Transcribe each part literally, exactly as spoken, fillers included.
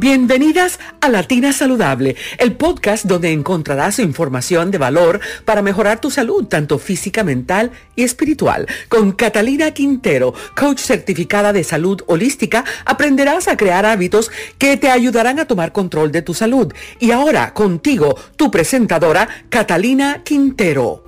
Bienvenidas a Latina Saludable, el podcast donde encontrarás información de valor para mejorar tu salud, tanto física, mental y espiritual. Con Catalina Quintero, coach certificada de salud holística, aprenderás a crear hábitos que te ayudarán a tomar control de tu salud. Y ahora, contigo, tu presentadora, Catalina Quintero.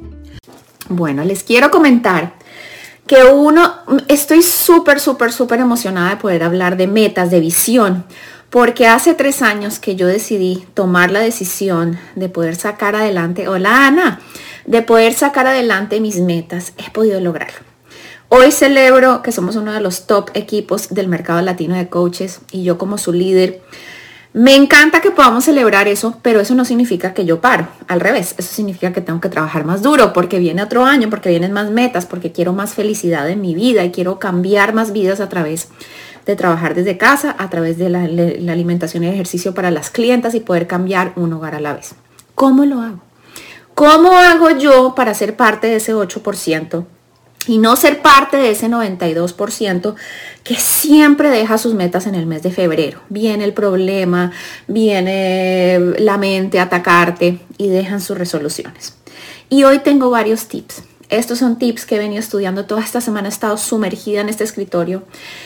Bueno, les quiero comentar que uno, estoy súper, súper, súper emocionada de poder hablar de metas, de visión. Porque hace tres años que yo decidí tomar la decisión de poder sacar adelante, hola Ana, de poder sacar adelante mis metas, he podido lograrlo. Hoy celebro que somos uno de los top equipos del mercado latino de coaches y yo como su líder. Me encanta que podamos celebrar eso, pero eso no significa que yo paro. Al revés, eso significa que tengo que trabajar más duro porque viene otro año, porque vienen más metas, porque quiero más felicidad en mi vida y quiero cambiar más vidas a través de trabajar desde casa, a través de la, la alimentación y el ejercicio para las clientas y poder cambiar un hogar a la vez. ¿Cómo lo hago? ¿Cómo hago yo para ser parte de ese ocho por ciento? Y no ser parte de ese noventa y dos por ciento que siempre deja sus metas en el mes de febrero. Viene el problema, viene la mente a atacarte y dejan sus resoluciones. Y hoy tengo varios tips. Estos son tips que he venido estudiando toda esta semana. He estado sumergida en este escritorio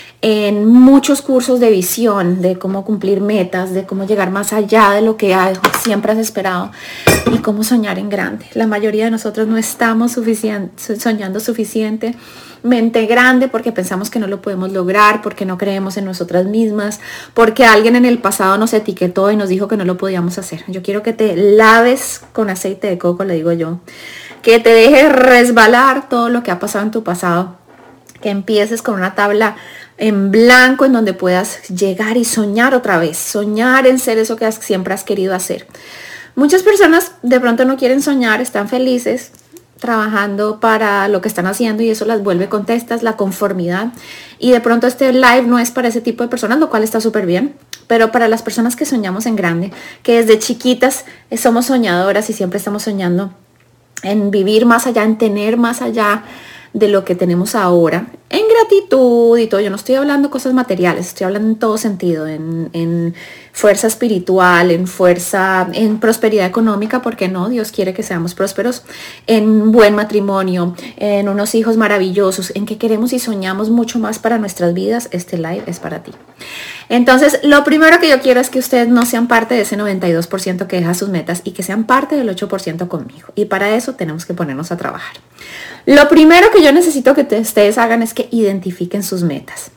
en muchos cursos de visión, de cómo cumplir metas, de cómo llegar más allá de lo que siempre has esperado y cómo soñar en grande. La mayoría de nosotros no estamos suficien- soñando suficientemente grande porque pensamos que no lo podemos lograr, porque no creemos en nosotras mismas, porque alguien en el pasado nos etiquetó y nos dijo que no lo podíamos hacer. Yo quiero que te laves con aceite de coco, le digo yo, que te dejes resbalar todo lo que ha pasado en tu pasado, que empieces con una tabla en blanco en donde puedas llegar y soñar otra vez, soñar en ser eso que has, siempre has querido hacer. Muchas personas de pronto no quieren soñar, están felices trabajando para lo que están haciendo y eso las vuelve contestas, la conformidad. Y de pronto este live no es para ese tipo de personas, lo cual está súper bien. Pero para las personas que soñamos en grande, que desde chiquitas somos soñadoras y siempre estamos soñando en vivir más allá, en tener más allá de lo que tenemos ahora, en gratitud y todo. Yo no estoy hablando cosas materiales, estoy hablando en todo sentido, en, en fuerza espiritual, en fuerza, en prosperidad económica, porque no, Dios quiere que seamos prósperos, en buen matrimonio, en unos hijos maravillosos, en que queremos y soñamos mucho más para nuestras vidas. Este live es para ti. Entonces, lo primero que yo quiero es que ustedes no sean parte de ese noventa y dos por ciento que deja sus metas y que sean parte del ocho por ciento conmigo. Y para eso tenemos que ponernos a trabajar. Lo primero que yo necesito que te, ustedes hagan es que identifiquen sus metas.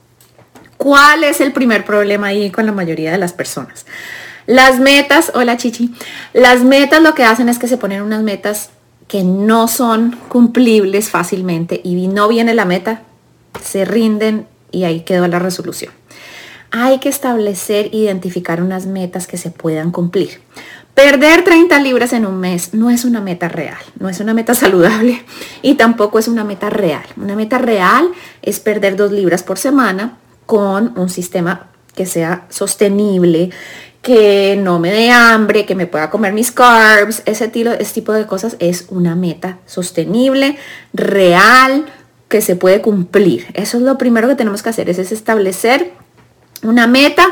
¿Cuál es el primer problema ahí con la mayoría de las personas? Las metas, hola Chichi, las metas lo que hacen es que se ponen unas metas que no son cumplibles fácilmente y no viene la meta, se rinden y ahí quedó la resolución. Hay que establecer, identificar unas metas que se puedan cumplir. Perder treinta libras en un mes no es una meta real, no es una meta saludable y tampoco es una meta real. Una meta real es perder dos libras por semana con un sistema que sea sostenible, que no me dé hambre, que me pueda comer mis carbs. Ese tipo, ese tipo de cosas es una meta sostenible, real, que se puede cumplir. Eso es lo primero que tenemos que hacer, es establecer una meta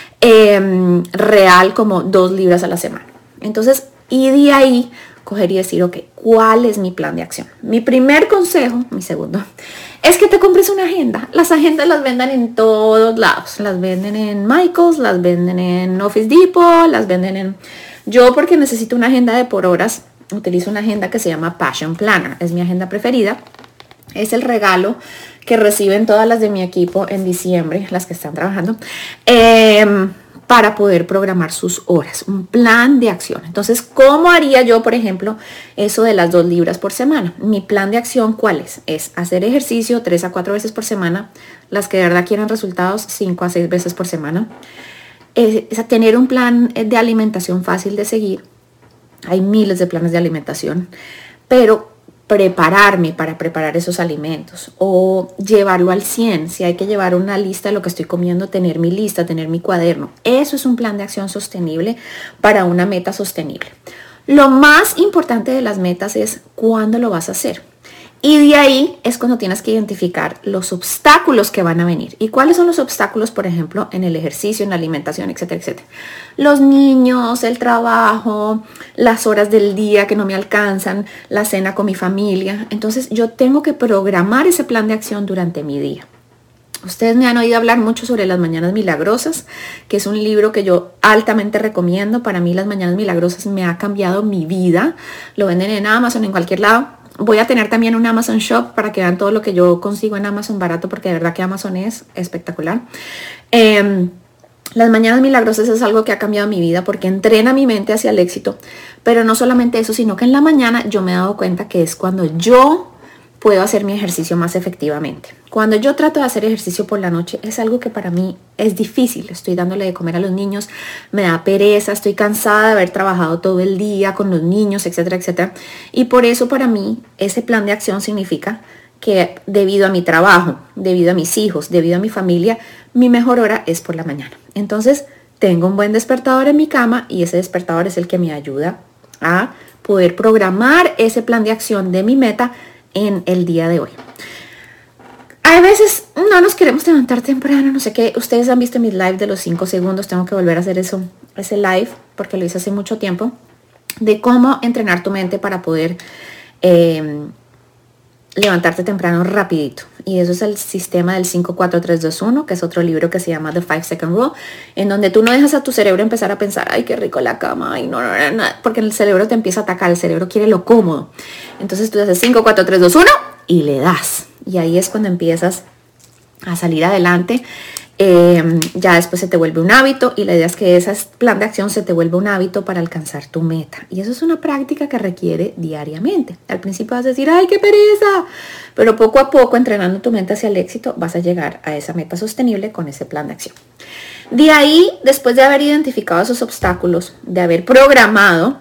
eh, real como dos libras a la semana. Entonces, y de ahí coger y decir, ok, ¿cuál es mi plan de acción? Mi primer consejo, mi segundo, es que te compres una agenda. Las agendas las venden en todos lados. Las venden en Michaels, las venden en Office Depot, las venden en... Yo, porque necesito una agenda de por horas, utilizo una agenda que se llama Passion Planner. Es mi agenda preferida. Es el regalo que reciben todas las de mi equipo en diciembre, las que están trabajando, eh, para poder programar sus horas, un plan de acción. Entonces, ¿cómo haría yo, por ejemplo, eso de las dos libras por semana? Mi plan de acción, ¿cuál es? Es hacer ejercicio tres a cuatro veces por semana, las que de verdad quieren resultados, cinco a seis veces por semana. Es, es tener un plan de alimentación fácil de seguir. Hay miles de planes de alimentación, pero prepararme para preparar esos alimentos o llevarlo al cien, si hay que llevar una lista de lo que estoy comiendo, tener mi lista, tener mi cuaderno. Eso es un plan de acción sostenible para una meta sostenible. Lo más importante de las metas es cuándo lo vas a hacer. Y de ahí es cuando tienes que identificar los obstáculos que van a venir. ¿Y cuáles son los obstáculos, por ejemplo, en el ejercicio, en la alimentación, etcétera, etcétera? Los niños, el trabajo, las horas del día que no me alcanzan, la cena con mi familia. Entonces yo tengo que programar ese plan de acción durante mi día. Ustedes me han oído hablar mucho sobre Las Mañanas Milagrosas, que es un libro que yo altamente recomiendo. Para mí Las Mañanas Milagrosas me ha cambiado mi vida. Lo venden en Amazon, en cualquier lado. Voy a tener también un Amazon Shop para que vean todo lo que yo consigo en Amazon barato, porque de verdad que Amazon es espectacular. Eh, Las Mañanas Milagrosas es algo que ha cambiado mi vida porque entrena mi mente hacia el éxito. Pero no solamente eso, sino que en la mañana yo me he dado cuenta que es cuando yo puedo hacer mi ejercicio más efectivamente. Cuando yo trato de hacer ejercicio por la noche es algo que para mí es difícil. Estoy dándole de comer a los niños, me da pereza, estoy cansada de haber trabajado todo el día con los niños, etcétera, etcétera. Y por eso para mí ese plan de acción significa que debido a mi trabajo, debido a mis hijos, debido a mi familia, mi mejor hora es por la mañana. Entonces tengo un buen despertador en mi cama y ese despertador es el que me ayuda a poder programar ese plan de acción de mi meta en el día de hoy. A veces no nos queremos levantar temprano, no sé qué. Ustedes han visto mis live de los cinco segundos. Tengo que volver a hacer eso, ese live, porque lo hice hace mucho tiempo, de cómo entrenar tu mente para poder eh, levantarte temprano rapidito. Y eso es el sistema del cinco, cuatro, tres, dos, uno, que es otro libro que se llama The five second Rule, en donde tú no dejas a tu cerebro empezar a pensar, ay, qué rico la cama, ay, no, no, no, no, porque el cerebro te empieza a atacar, el cerebro quiere lo cómodo. Entonces tú haces cinco, cuatro, tres, dos, uno y le das. Y ahí es cuando empiezas a salir adelante. Eh, ya después se te vuelve un hábito y la idea es que ese plan de acción se te vuelva un hábito para alcanzar tu meta. Y eso es una práctica que requiere diariamente. Al principio vas a decir, ¡ay, qué pereza! Pero poco a poco, entrenando tu mente hacia el éxito, vas a llegar a esa meta sostenible con ese plan de acción. De ahí, después de haber identificado esos obstáculos, de haber programado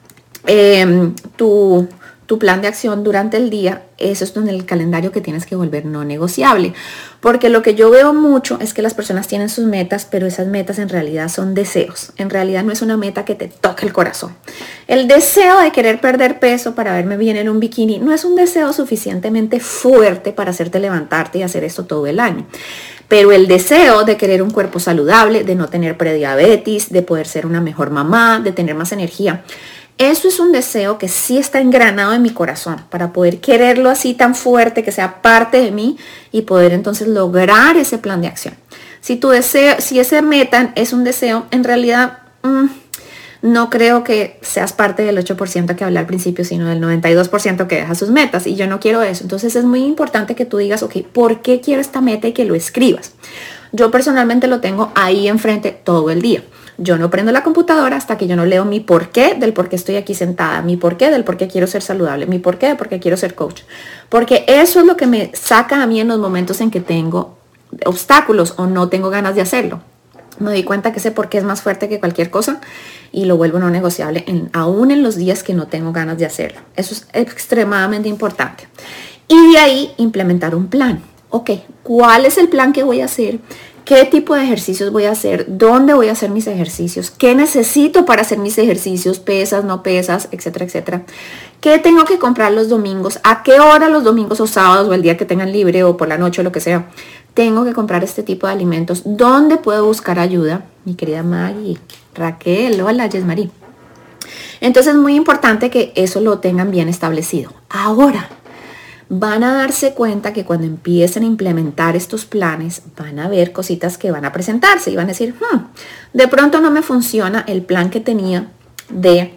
eh, tu... tu plan de acción durante el día, eso es donde el calendario que tienes que volver no negociable. Porque lo que yo veo mucho es que las personas tienen sus metas, pero esas metas en realidad son deseos. En realidad no es una meta que te toque el corazón. El deseo de querer perder peso para verme bien en un bikini no es un deseo suficientemente fuerte para hacerte levantarte y hacer esto todo el año. Pero el deseo de querer un cuerpo saludable, de no tener prediabetes, de poder ser una mejor mamá, de tener más energía, eso es un deseo que sí está engranado en mi corazón para poder quererlo así tan fuerte, que sea parte de mí y poder entonces lograr ese plan de acción. Si tu deseo, si ese meta es un deseo, en realidad mmm, no creo que seas parte del ocho por ciento que hablé al principio, sino del noventa y dos por ciento que deja sus metas y yo no quiero eso. Entonces es muy importante que tú digas, ok, ¿por qué quiero esta meta? Y que lo escribas. Yo personalmente lo tengo ahí enfrente todo el día. Yo no prendo la computadora hasta que yo no leo mi porqué del por qué estoy aquí sentada, mi porqué del por qué quiero ser saludable, mi porqué del por qué quiero ser coach. Porque eso es lo que me saca a mí en los momentos en que tengo obstáculos o no tengo ganas de hacerlo. Me doy cuenta que ese porqué es más fuerte que cualquier cosa y lo vuelvo no negociable, en, aún en los días que no tengo ganas de hacerlo. Eso es extremadamente importante. Y de ahí implementar un plan. Ok, ¿cuál es el plan que voy a hacer? ¿Qué tipo de ejercicios voy a hacer? ¿Dónde voy a hacer mis ejercicios? ¿Qué necesito para hacer mis ejercicios? ¿Pesas, no pesas? Etcétera, etcétera. ¿Qué tengo que comprar los domingos? ¿A qué hora los domingos o sábados o el día que tengan libre o por la noche o lo que sea? Tengo que comprar este tipo de alimentos. ¿Dónde puedo buscar ayuda? Mi querida Maggie, Raquel, hola, Yesmarí. Entonces es muy importante que eso lo tengan bien establecido. Ahora, van a darse cuenta que cuando empiecen a implementar estos planes, van a ver cositas que van a presentarse y van a decir, hmm, de pronto no me funciona el plan que tenía de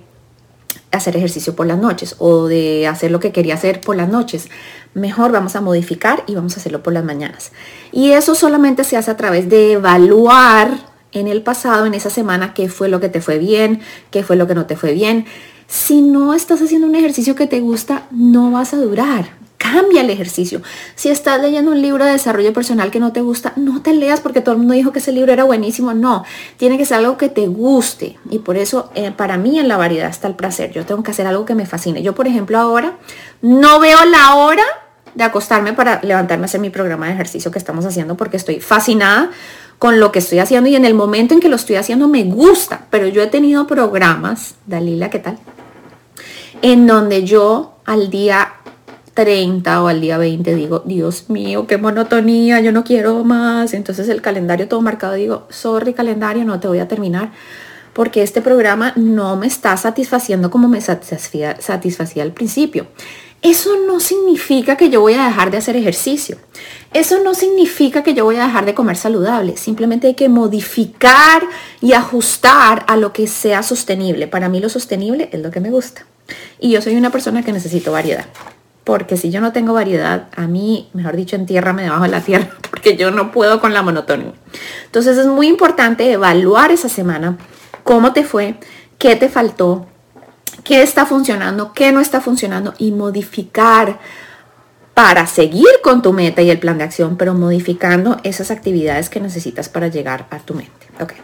hacer ejercicio por las noches o de hacer lo que quería hacer por las noches. Mejor vamos a modificar y vamos a hacerlo por las mañanas. Y eso solamente se hace a través de evaluar en el pasado, en esa semana, qué fue lo que te fue bien, qué fue lo que no te fue bien. Si no estás haciendo un ejercicio que te gusta, no vas a durar. Cambia el ejercicio. Si estás leyendo un libro de desarrollo personal que no te gusta, no te leas porque todo el mundo dijo que ese libro era buenísimo. No, tiene que ser algo que te guste. Y por eso, eh, para mí, en la variedad está el placer. Yo tengo que hacer algo que me fascine. Yo, por ejemplo, ahora no veo la hora de acostarme para levantarme a hacer mi programa de ejercicio que estamos haciendo porque estoy fascinada con lo que estoy haciendo y en el momento en que lo estoy haciendo me gusta. Pero yo he tenido programas, Dalila, ¿qué tal? En donde yo al día treinta o al día veinte digo, Dios mío, qué monotonía, yo no quiero más. Entonces el calendario todo marcado, digo, sorry calendario, no te voy a terminar porque este programa no me está satisfaciendo como me satisfacía, satisfacía al principio. Eso no significa que yo voy a dejar de hacer ejercicio. Eso no significa que yo voy a dejar de comer saludable. Simplemente hay que modificar y ajustar a lo que sea sostenible. Para mí lo sostenible es lo que me gusta. Y yo soy una persona que necesito variedad. Porque si yo no tengo variedad, a mí, mejor dicho, entiérrame debajo de la tierra. Porque yo no puedo con la monotonía. Entonces es muy importante evaluar esa semana. ¿Cómo te fue? ¿Qué te faltó? ¿Qué está funcionando? ¿Qué no está funcionando? Y modificar para seguir con tu meta y el plan de acción, pero modificando esas actividades que necesitas para llegar a tu mente. Ok.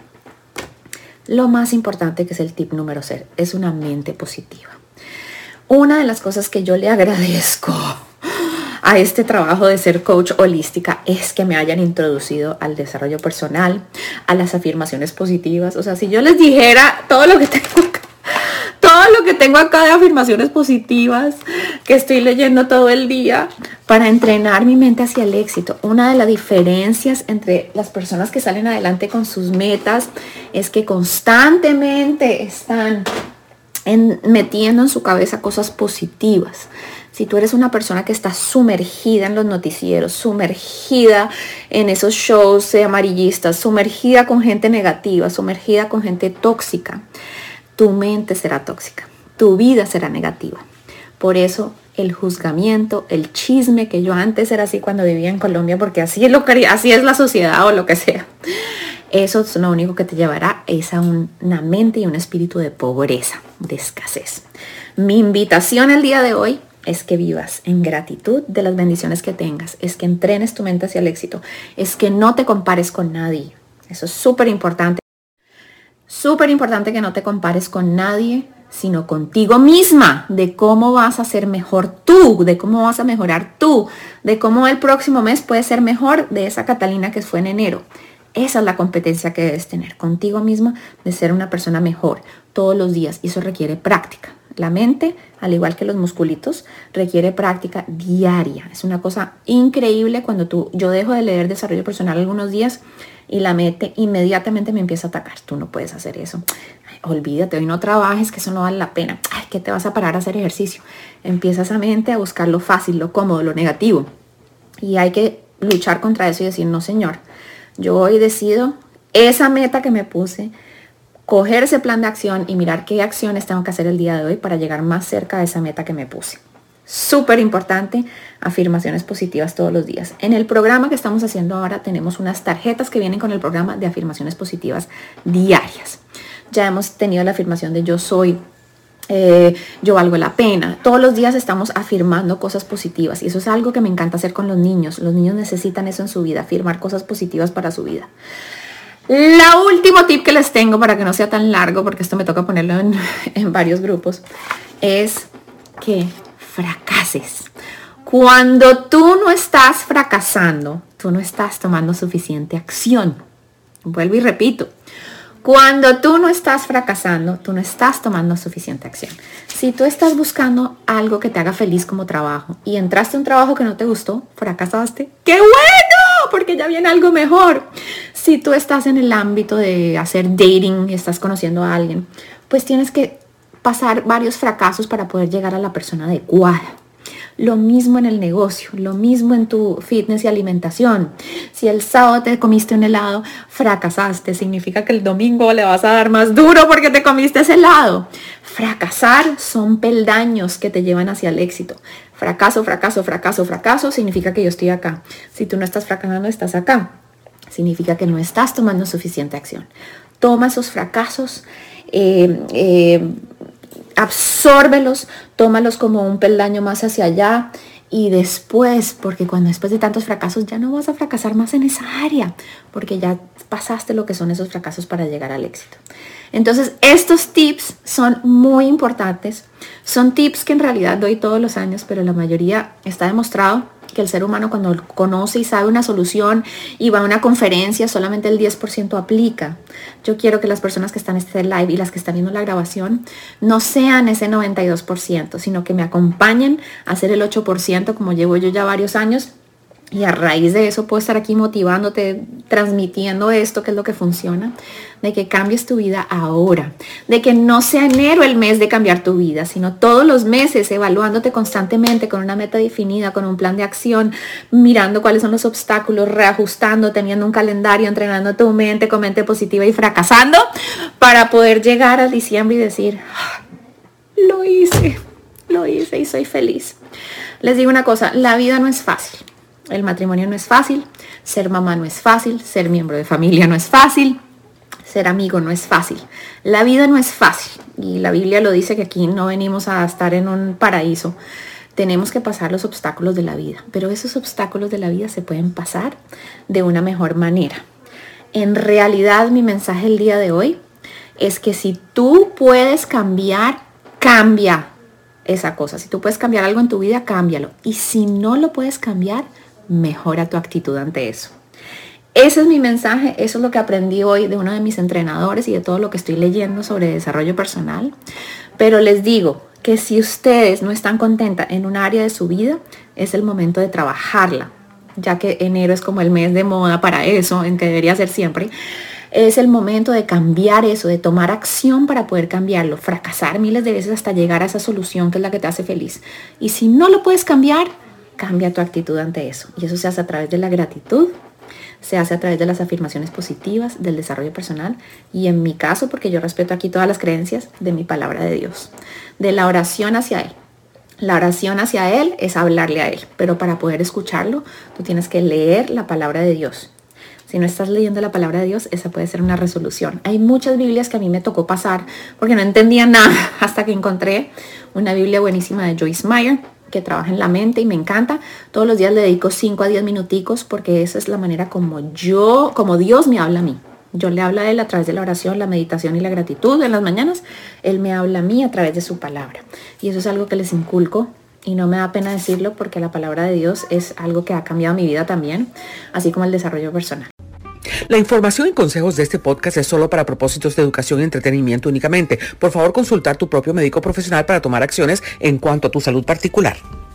Lo más importante, que es el tip número cero, es una mente positiva. Una de las cosas que yo le agradezco a este trabajo de ser coach holística es que me hayan introducido al desarrollo personal, a las afirmaciones positivas. O sea, si yo les dijera todo lo que tengo acá, todo lo que tengo acá de afirmaciones positivas que estoy leyendo todo el día para entrenar mi mente hacia el éxito. Una de las diferencias entre las personas que salen adelante con sus metas es que constantemente están en, metiendo en su cabeza cosas positivas. Si tú eres una persona que está sumergida en los noticieros, sumergida en esos shows amarillistas, sumergida con gente negativa, sumergida con gente tóxica, tu mente será tóxica, tu vida será negativa. Por eso el juzgamiento, el chisme, que yo antes era así cuando vivía en Colombia, porque así es, lo que, así es la sociedad o lo que sea. Eso es lo único que te llevará es a un, una mente y un espíritu de pobreza, de escasez. Mi invitación el día de hoy es que vivas en gratitud de las bendiciones que tengas, es que entrenes tu mente hacia el éxito, es que no te compares con nadie. Eso es súper importante. Súper importante que no te compares con nadie, sino contigo misma, de cómo vas a ser mejor tú, de cómo vas a mejorar tú, de cómo el próximo mes puede ser mejor de esa Catalina que fue en enero. Esa es la competencia que debes tener contigo misma, de ser una persona mejor todos los días, y eso requiere práctica. La mente, al igual que los musculitos, requiere práctica diaria. Es una cosa increíble cuando tú, yo dejo de leer desarrollo personal algunos días y la mente inmediatamente me empieza a atacar. Tú no puedes hacer eso. Ay, olvídate, hoy no trabajes, que eso no vale la pena. Ay, ¿qué te vas a parar a hacer ejercicio? Empieza esa mente a buscar lo fácil, lo cómodo, lo negativo. Y hay que luchar contra eso y decir, no señor, yo hoy decido esa meta que me puse, coger ese plan de acción y mirar qué acciones tengo que hacer el día de hoy para llegar más cerca de esa meta que me puse. Súper importante, afirmaciones positivas todos los días. En el programa que estamos haciendo ahora tenemos unas tarjetas que vienen con el programa de afirmaciones positivas diarias. Ya hemos tenido la afirmación de yo soy, eh, yo valgo la pena. Todos los días estamos afirmando cosas positivas y eso es algo que me encanta hacer con los niños. Los niños necesitan eso en su vida, afirmar cosas positivas para su vida. La último tip que les tengo para que no sea tan largo, porque esto me toca ponerlo en, en varios grupos, es que fracases. Cuando tú no estás fracasando, tú no estás tomando suficiente acción. Vuelvo y repito. Cuando tú no estás fracasando, tú no estás tomando suficiente acción. Si tú estás buscando algo que te haga feliz como trabajo y entraste a un trabajo que no te gustó, fracasaste, ¡qué bueno! Porque ya viene algo mejor. Si tú estás en el ámbito de hacer dating y estás conociendo a alguien, pues tienes que pasar varios fracasos para poder llegar a la persona adecuada. Lo mismo en el negocio, lo mismo en tu fitness y alimentación. Si el sábado te comiste un helado, fracasaste. Significa que el domingo le vas a dar más duro porque te comiste ese helado. Fracasar son peldaños que te llevan hacia el éxito. Fracaso, fracaso, fracaso, fracaso significa que yo estoy acá. Si tú no estás fracasando, estás acá. Significa que no estás tomando suficiente acción. Toma esos fracasos, eh, eh, absórbelos, tómalos como un peldaño más hacia allá y después, porque cuando después de tantos fracasos ya no vas a fracasar más en esa área, porque ya pasaste lo que son esos fracasos para llegar al éxito. Entonces, estos tips son muy importantes. Son tips que en realidad doy todos los años, pero la mayoría está demostrado que el ser humano cuando conoce y sabe una solución y va a una conferencia, solamente el diez por ciento aplica. Yo quiero que las personas que están en este live y las que están viendo la grabación no sean ese noventa y dos por ciento, sino que me acompañen a hacer el ocho por ciento como llevo yo ya varios años. Y a raíz de eso puedo estar aquí motivándote, transmitiendo esto, que es lo que funciona, de que cambies tu vida ahora, de que no sea enero el mes de cambiar tu vida, sino todos los meses evaluándote constantemente con una meta definida, con un plan de acción, mirando cuáles son los obstáculos, reajustando, teniendo un calendario, entrenando tu mente con mente positiva y fracasando para poder llegar a diciembre y decir, lo hice, lo hice y soy feliz. Les digo una cosa, la vida no es fácil. El matrimonio no es fácil, ser mamá no es fácil, ser miembro de familia no es fácil, ser amigo no es fácil. La vida no es fácil y la Biblia lo dice que aquí no venimos a estar en un paraíso. Tenemos que pasar los obstáculos de la vida, pero esos obstáculos de la vida se pueden pasar de una mejor manera. En realidad, mi mensaje el día de hoy es que si tú puedes cambiar, cambia esa cosa. Si tú puedes cambiar algo en tu vida, cámbialo. Y si no lo puedes cambiar, mejora tu actitud ante eso. Ese es mi mensaje, eso es lo que aprendí hoy de uno de mis entrenadores y de todo lo que estoy leyendo sobre desarrollo personal. Pero les digo que si ustedes no están contentas en un área de su vida, es el momento de trabajarla, ya que enero es como el mes de moda para eso, en que debería ser siempre. Es el momento de cambiar eso, de tomar acción para poder cambiarlo, fracasar miles de veces hasta llegar a esa solución que es la que te hace feliz. Y si no lo puedes cambiar, cambia tu actitud ante eso. Y eso se hace a través de la gratitud, se hace a través de las afirmaciones positivas, del desarrollo personal y en mi caso, porque yo respeto aquí todas las creencias, de mi palabra de Dios, de la oración hacia Él. La oración hacia Él es hablarle a Él, pero para poder escucharlo, tú tienes que leer la palabra de Dios. Si no estás leyendo la palabra de Dios, esa puede ser una resolución. Hay muchas Biblias que a mí me tocó pasar porque no entendía nada hasta que encontré una Biblia buenísima de Joyce Meyer, que trabaja en la mente y me encanta. Todos los días le dedico cinco a diez minuticos porque esa es la manera como yo, como Dios me habla a mí. Yo le hablo a Él a través de la oración, la meditación y la gratitud en las mañanas. Él me habla a mí a través de su palabra. Y eso es algo que les inculco y no me da pena decirlo porque la palabra de Dios es algo que ha cambiado mi vida también, así como el desarrollo personal. La información y consejos de este podcast es solo para propósitos de educación y entretenimiento únicamente. Por favor, consultar tu propio médico profesional para tomar acciones en cuanto a tu salud particular.